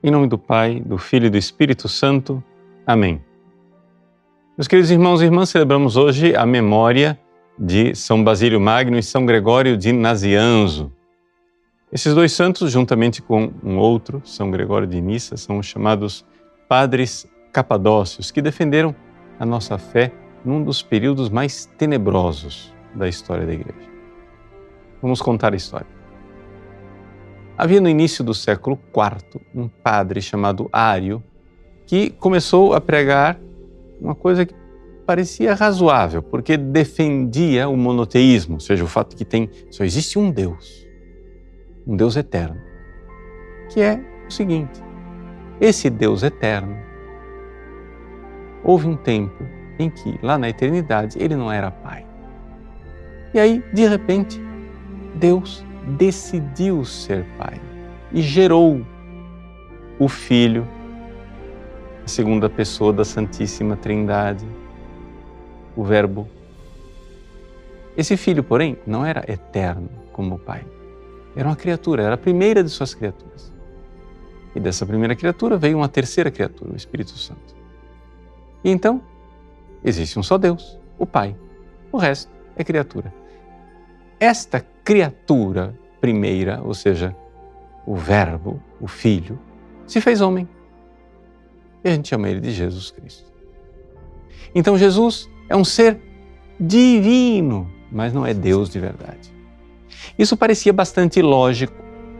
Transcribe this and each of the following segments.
Em nome do Pai, do Filho e do Espírito Santo. Amém. Meus queridos irmãos e irmãs, celebramos hoje a memória de São Basílio Magno e São Gregório de Nazianzo. Esses dois santos, juntamente com um outro, São Gregório de Nissa, são os chamados padres capadócios, que defenderam a nossa fé num dos períodos mais tenebrosos da história da Igreja. Vamos contar a história. Havia no início do século IV um padre chamado Ário que começou a pregar uma coisa que parecia razoável, porque defendia o monoteísmo, ou seja, o fato de que só existe um Deus eterno, que é o seguinte: esse Deus eterno, houve um tempo em que, lá na eternidade, ele não era Pai. E aí, de repente, Deus decidiu ser Pai e gerou o Filho, a segunda pessoa da Santíssima Trindade, o Verbo. Esse Filho, porém, não era eterno como o Pai. Era uma criatura, era a primeira de suas criaturas. E dessa primeira criatura veio uma terceira criatura, o Espírito Santo. E então, existe um só Deus, o Pai. O resto é criatura. Esta criatura primeira, ou seja, o Verbo, o Filho, se fez homem. E a gente chama ele de Jesus Cristo. Então Jesus é um ser divino, mas não é Deus de verdade. Isso parecia bastante lógico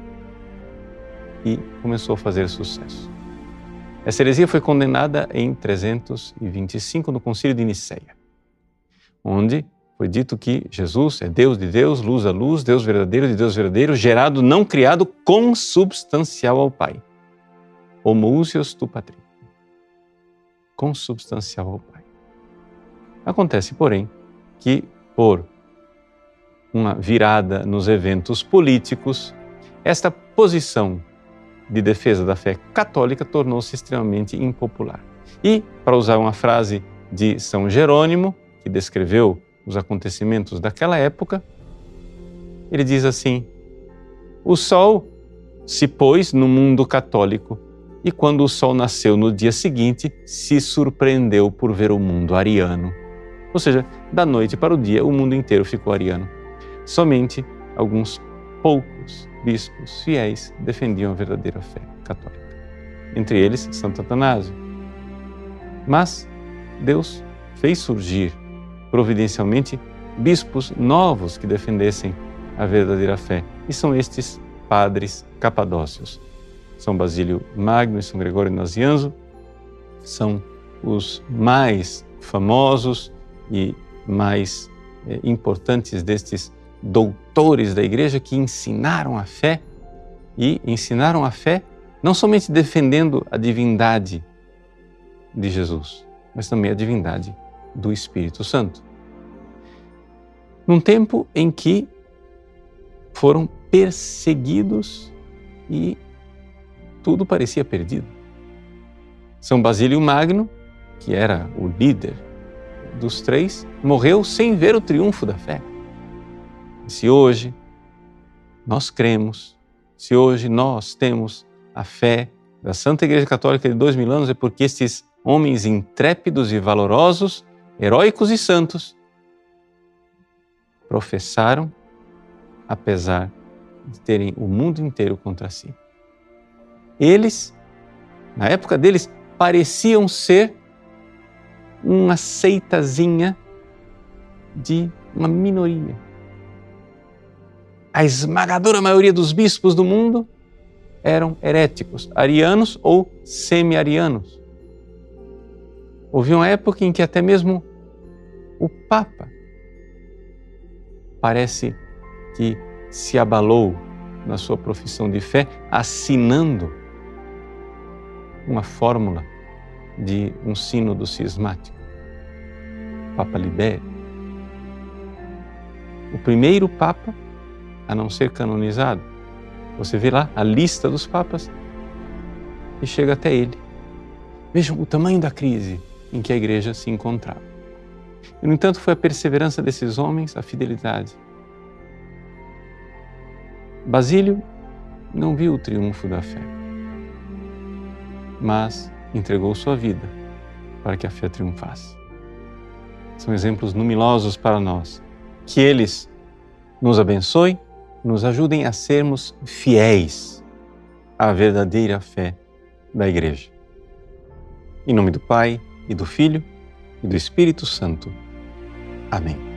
e começou a fazer sucesso. Essa heresia foi condenada em 325 no Concílio de Nicéia, onde foi dito que Jesus é Deus de Deus, luz a luz, Deus verdadeiro de Deus verdadeiro, gerado, não criado, consubstancial ao Pai. Homoousios tu patri. Consubstancial ao Pai. Acontece, porém, que por uma virada nos eventos políticos, esta posição de defesa da fé católica tornou-se extremamente impopular. E, para usar uma frase de São Jerônimo, que descreveu os acontecimentos daquela época, ele diz assim: o sol se pôs no mundo católico e quando o sol nasceu no dia seguinte, se surpreendeu por ver o mundo ariano. Ou seja, da noite para o dia, o mundo inteiro ficou ariano. Somente alguns poucos bispos fiéis defendiam a verdadeira fé católica. Entre eles, Santo Atanásio. Mas Deus fez surgir providencialmente bispos novos que defendessem a verdadeira fé. E são estes padres capadócios. São Basílio Magno e São Gregório de Nazianzo são os mais famosos e mais importantes destes doutores da Igreja que ensinaram a fé, e ensinaram a fé não somente defendendo a divindade de Jesus, mas também a divindade do Espírito Santo. Num tempo em que foram perseguidos e tudo parecia perdido. São Basílio Magno, que era o líder dos três, morreu sem ver o triunfo da fé. Se hoje nós cremos, se hoje nós temos a fé da Santa Igreja Católica de 2000 anos, é porque estes homens intrépidos e valorosos, heróicos e santos, professaram, apesar de terem o mundo inteiro contra si. Eles, na época deles, pareciam ser uma seitazinha de uma minoria. A esmagadora maioria dos bispos do mundo eram heréticos, arianos ou semi-arianos. Houve uma época em que até mesmo o Papa parece que se abalou na sua profissão de fé, assinando uma fórmula de um sínodo cismático. Papa Libério. O primeiro Papa a não ser canonizado. Você vê lá a lista dos papas e chega até ele. Vejam o tamanho da crise em que a Igreja se encontrava. E, no entanto, foi a perseverança desses homens, a fidelidade. Basílio não viu o triunfo da fé. mas entregou sua vida para que a fé triunfasse. São exemplos numerosos para nós. Que eles nos abençoem, nos ajudem a sermos fiéis à verdadeira fé da Igreja. Em nome do Pai, e do Filho, e do Espírito Santo. Amém.